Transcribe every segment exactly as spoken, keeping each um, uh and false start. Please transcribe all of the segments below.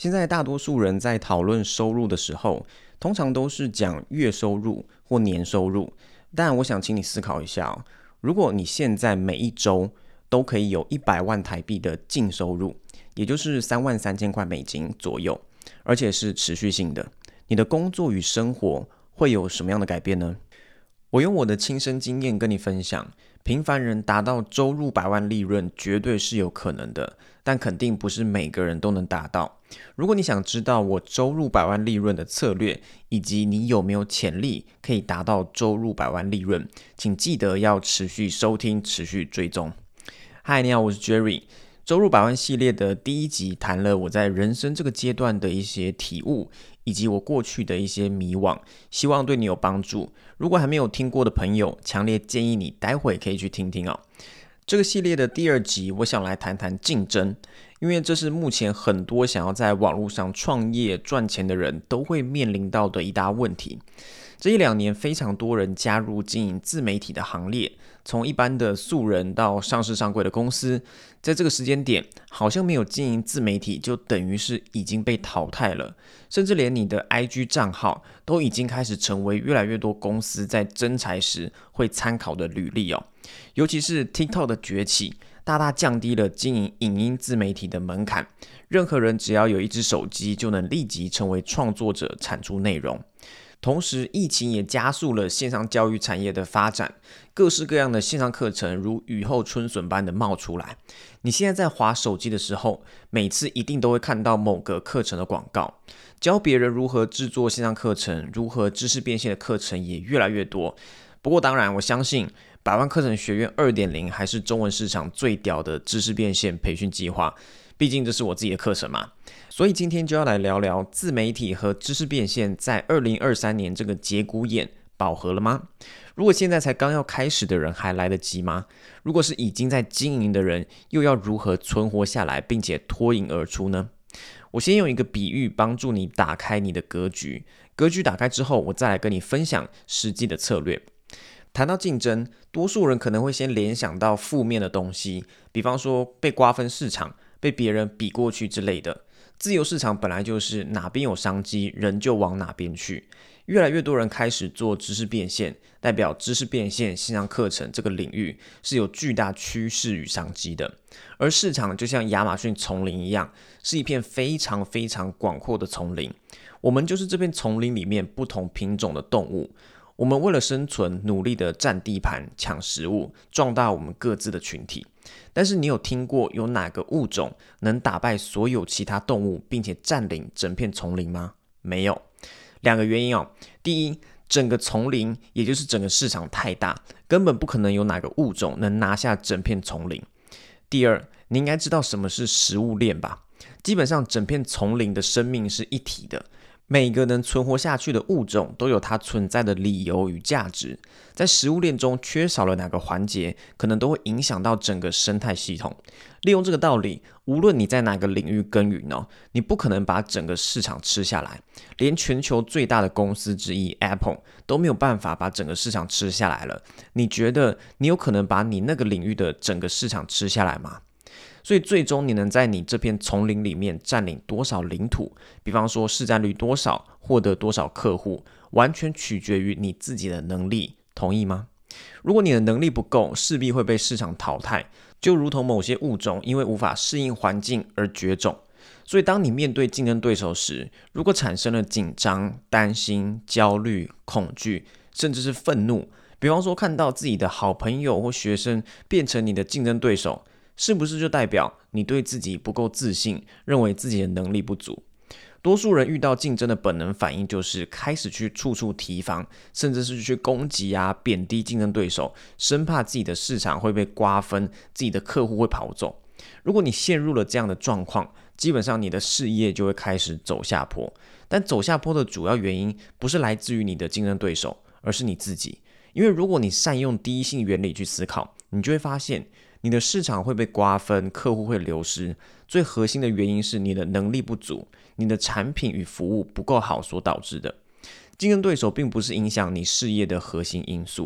现在大多数人在讨论收入的时候，通常都是讲月收入或年收入。但我想请你思考一下哦，如果你现在每一周都可以有一百万台币的净收入，也就是三万三千块美金左右，而且是持续性的，你的工作与生活会有什么样的改变呢？我用我的亲身经验跟你分享，平凡人达到周入百万利润绝对是有可能的，但肯定不是每个人都能达到。如果你想知道我周入百万利润的策略，以及你有没有潜力可以达到周入百万利润，请记得要持续收听，持续追踪。嗨，你好，我是 Jerry。周入百万系列的第一集谈了我在人生这个阶段的一些体悟，以及我过去的一些迷惘，希望对你有帮助。如果还没有听过的朋友，强烈建议你待会可以去听听哦。这个系列的第二集，我想来谈谈竞争，因为这是目前很多想要在网络上创业赚钱的人都会面临到的一大问题。这一两年，非常多人加入经营自媒体的行列，从一般的素人到上市上柜的公司，在这个时间点，好像没有经营自媒体就等于是已经被淘汰了，甚至连你的 I G 账号都已经开始成为越来越多公司在征才时会参考的履历哦。尤其是 TikTok 的崛起，大大降低了经营影音自媒体的门槛，任何人只要有一只手机就能立即成为创作者，产出内容。同时，疫情也加速了线上教育产业的发展，各式各样的线上课程如雨后春笋般的冒出来。你现在在滑手机的时候，每次一定都会看到某个课程的广告，教别人如何制作线上课程，如何知识变现的课程也越来越多。不过当然，我相信百万课程学院 二点零 还是中文市场最屌的知识变现培训计划，毕竟这是我自己的课程嘛。所以今天就要来聊聊自媒体和知识变现在二零二三年这个节骨眼饱和了吗？如果现在才刚要开始的人还来得及吗？如果是已经在经营的人，又要如何存活下来并且脱颖而出呢？我先用一个比喻帮助你打开你的格局，格局打开之后，我再来跟你分享实际的策略。谈到竞争，多数人可能会先联想到负面的东西，比方说被瓜分市场，被别人比过去之类的。自由市场本来就是哪边有商机，人就往哪边去。越来越多人开始做知识变现，代表知识变现线上课程这个领域是有巨大趋势与商机的。而市场就像亚马逊丛林一样，是一片非常非常广阔的丛林。我们就是这片丛林里面不同品种的动物。我们为了生存，努力的占地盘、抢食物，壮大我们各自的群体。但是你有听过有哪个物种能打败所有其他动物，并且占领整片丛林吗？没有。两个原因哦。第一，整个丛林，也就是整个市场太大，根本不可能有哪个物种能拿下整片丛林。第二，你应该知道什么是食物链吧？基本上整片丛林的生命是一体的。每个能存活下去的物种都有它存在的理由与价值，在食物链中缺少了哪个环节，可能都会影响到整个生态系统。利用这个道理，无论你在哪个领域耕耘哦，你不可能把整个市场吃下来，连全球最大的公司之一 Apple 都没有办法把整个市场吃下来了。你觉得你有可能把你那个领域的整个市场吃下来吗？所以最终你能在你这片丛林里面占领多少领土，比方说市占率多少，获得多少客户，完全取决于你自己的能力，同意吗？如果你的能力不够，势必会被市场淘汰，就如同某些物种因为无法适应环境而绝种。所以当你面对竞争对手时，如果产生了紧张、担心、焦虑、恐惧，甚至是愤怒，比方说看到自己的好朋友或学生变成你的竞争对手，是不是就代表你对自己不够自信，认为自己的能力不足？多数人遇到竞争的本能反应就是开始去处处提防，甚至是去攻击啊、贬低竞争对手，生怕自己的市场会被瓜分，自己的客户会跑走。如果你陷入了这样的状况，基本上你的事业就会开始走下坡。但走下坡的主要原因不是来自于你的竞争对手，而是你自己。因为如果你善用第一性原理去思考，你就会发现你的市场会被瓜分，客户会流失，最核心的原因是你的能力不足，你的产品与服务不够好所导致的。竞争对手并不是影响你事业的核心因素，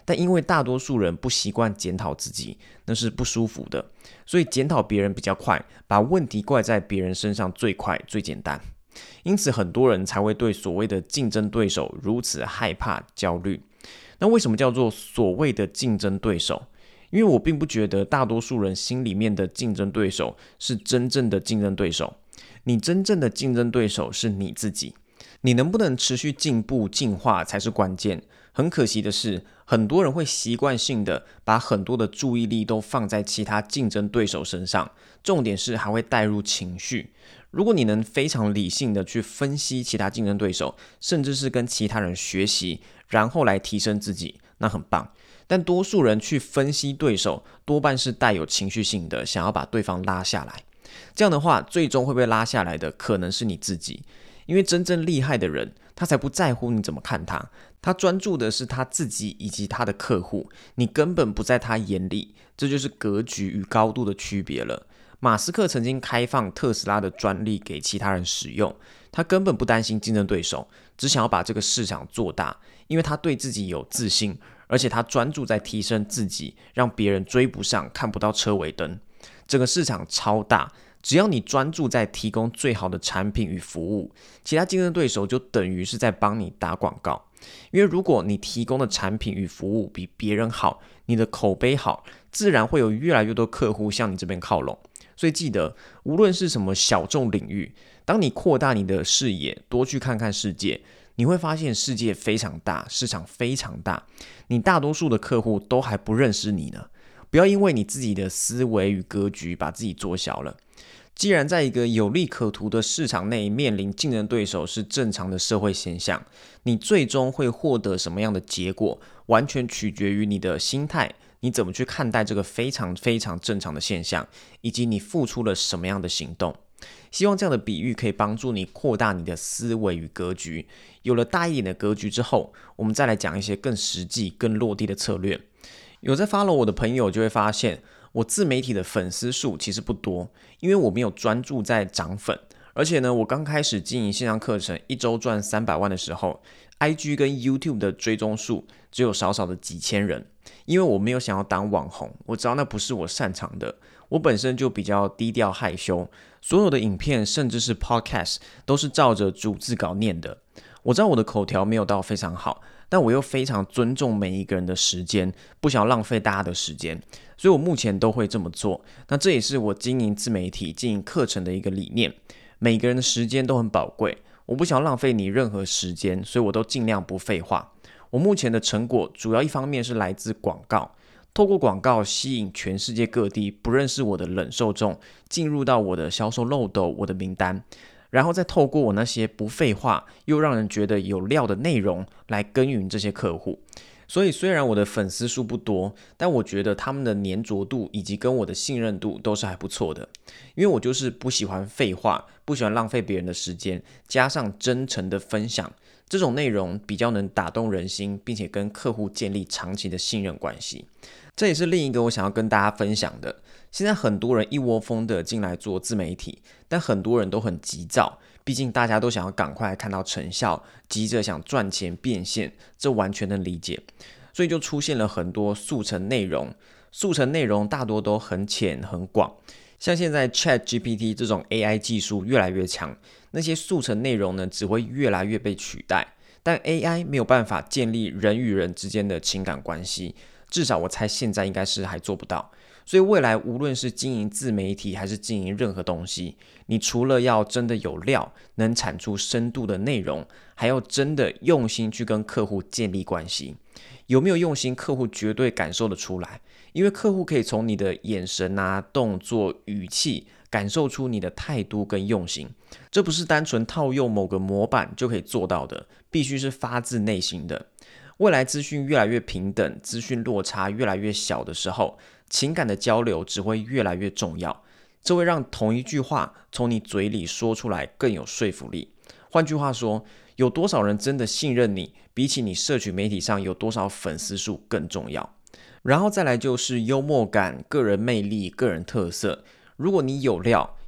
但因为大多数人不习惯检讨自己，那是不舒服的，所以检讨别人比较快，把问题怪在别人身上最快最简单。因此很多人才会对所谓的竞争对手如此害怕焦虑。那为什么叫做所谓的竞争对手？因为我并不觉得大多数人心里面的竞争对手是真正的竞争对手，你真正的竞争对手是你自己。你能不能持续进步进化才是关键。很可惜的是，很多人会习惯性的把很多的注意力都放在其他竞争对手身上，重点是还会带入情绪。如果你能非常理性的去分析其他竞争对手，甚至是跟其他人学习，然后来提升自己，那很棒。但多数人去分析对手，多半是带有情绪性的，想要把对方拉下来。这样的话，最终会被拉下来的可能是你自己。因为真正厉害的人，他才不在乎你怎么看他，他专注的是他自己以及他的客户，你根本不在他眼里，这就是格局与高度的区别了。马斯克曾经开放特斯拉的专利给其他人使用，他根本不担心竞争对手，只想要把这个市场做大，因为他对自己有自信，而且他专注在提升自己，让别人追不上，看不到车尾灯。整个市场超大，只要你专注在提供最好的产品与服务，其他竞争对手就等于是在帮你打广告。因为如果你提供的产品与服务比别人好，你的口碑好，自然会有越来越多客户向你这边靠拢。所以记得，无论是什么小众领域，当你扩大你的视野，多去看看世界，你会发现世界非常大，市场非常大，你大多数的客户都还不认识你呢。不要因为你自己的思维与格局把自己做小了。既然在一个有利可图的市场内面临竞争对手是正常的社会现象，你最终会获得什么样的结果，完全取决于你的心态，你怎么去看待这个非常非常正常的现象，以及你付出了什么样的行动。希望这样的比喻可以帮助你扩大你的思维与格局。有了大一点的格局之后，我们再来讲一些更实际、更落地的策略。有在 follow 我的朋友就会发现，我自媒体的粉丝数其实不多，因为我没有专注在涨粉。而且呢，我刚开始经营线上课程，一周赚三百万的时候 ，I G 跟 YouTube 的追踪数只有少少的几千人。因为我没有想要当网红，我知道那不是我擅长的，我本身就比较低调害羞，所有的影片甚至是 podcast 都是照着逐字稿念的。我知道我的口条没有到非常好，但我又非常尊重每一个人的时间，不想要浪费大家的时间，所以我目前都会这么做。那这也是我经营自媒体、经营课程的一个理念。每个人的时间都很宝贵，我不想要浪费你任何时间，所以我都尽量不废话。我目前的成果主要一方面是来自广告，透过广告吸引全世界各地不认识我的冷受众进入到我的销售漏斗、我的名单，然后再透过我那些不废话又让人觉得有料的内容来耕耘这些客户。所以虽然我的粉丝数不多，但我觉得他们的粘着度以及跟我的信任度都是还不错的。因为我就是不喜欢废话，不喜欢浪费别人的时间，加上真诚的分享，这种内容比较能打动人心，并且跟客户建立长期的信任关系。这也是另一个我想要跟大家分享的。现在很多人一窝蜂的进来做自媒体，但很多人都很急躁，毕竟大家都想要赶快看到成效，急着想赚钱变现，这完全能理解。所以就出现了很多速成内容，速成内容大多都很浅很广。像现在 Chat G P T 这种 A I 技术越来越强，那些速成内容呢只会越来越被取代，但 A I 没有办法建立人与人之间的情感关系，至少我猜现在应该是还做不到。所以未来无论是经营自媒体还是经营任何东西，你除了要真的有料，能产出深度的内容，还要真的用心去跟客户建立关系。有没有用心，客户绝对感受得出来，因为客户可以从你的眼神啊、动作、语气感受出你的态度跟用心。这不是单纯套用某个模板就可以做到的，必须是发自内心的。未来资讯越来越平等，资讯落差越来越小的时候，情感的交流只会越来越重要，这会让同一句话从你嘴里说出来更有说服力。换句话说，有多少人真的信任你，比起你社群媒体上有多少粉丝数更重要。然后再来就是幽默感、个人魅力、个人特色。如果你有料，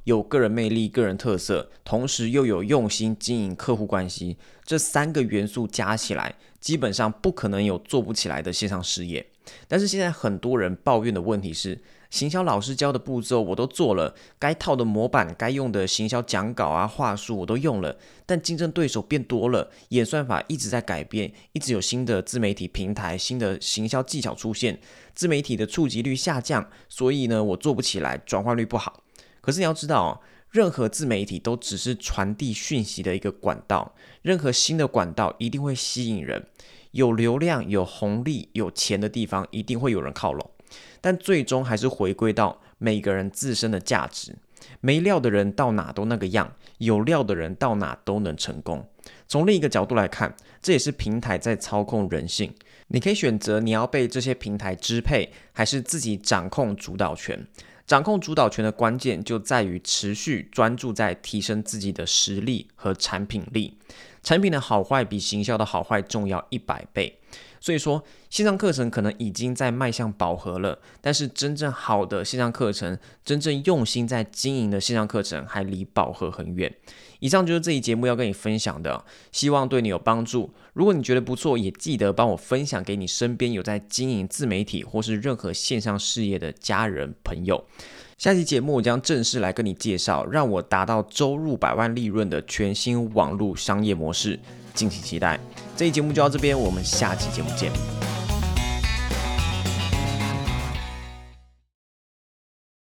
有个人魅力、个人特色，同时又有用心经营客户关系，这三个元素加起来，基本上不可能有做不起来的线上事业。但是现在很多人抱怨的问题是，行销老师教的步骤我都做了，该套的模板、该用的行销讲稿啊、话术我都用了，但竞争对手变多了，演算法一直在改变，一直有新的自媒体平台、新的行销技巧出现，自媒体的触及率下降，所以呢，我做不起来，转换率不好。可是你要知道哦，任何自媒体都只是传递讯息的一个管道，任何新的管道一定会吸引人，有流量、有红利、有钱的地方，一定会有人靠拢。但最终还是回归到每个人自身的价值。没料的人到哪都那个样，有料的人到哪都能成功。从另一个角度来看，这也是平台在操控人性。你可以选择你要被这些平台支配，还是自己掌控主导权。掌控主导权的关键就在于持续专注在提升自己的实力和产品力。产品的好坏比行销的好坏重要一百倍。所以说，线上课程可能已经在迈向饱和了，但是真正好的线上课程，真正用心在经营的线上课程，还离饱和很远。以上就是这一节目要跟你分享的，希望对你有帮助。如果你觉得不错，也记得帮我分享给你身边有在经营自媒体或是任何线上事业的家人朋友。下期节目我将正式来跟你介绍，让我达到周入百万利润的全新网络商业模式，敬请期待。这一节目就到这边，我们下期节目见。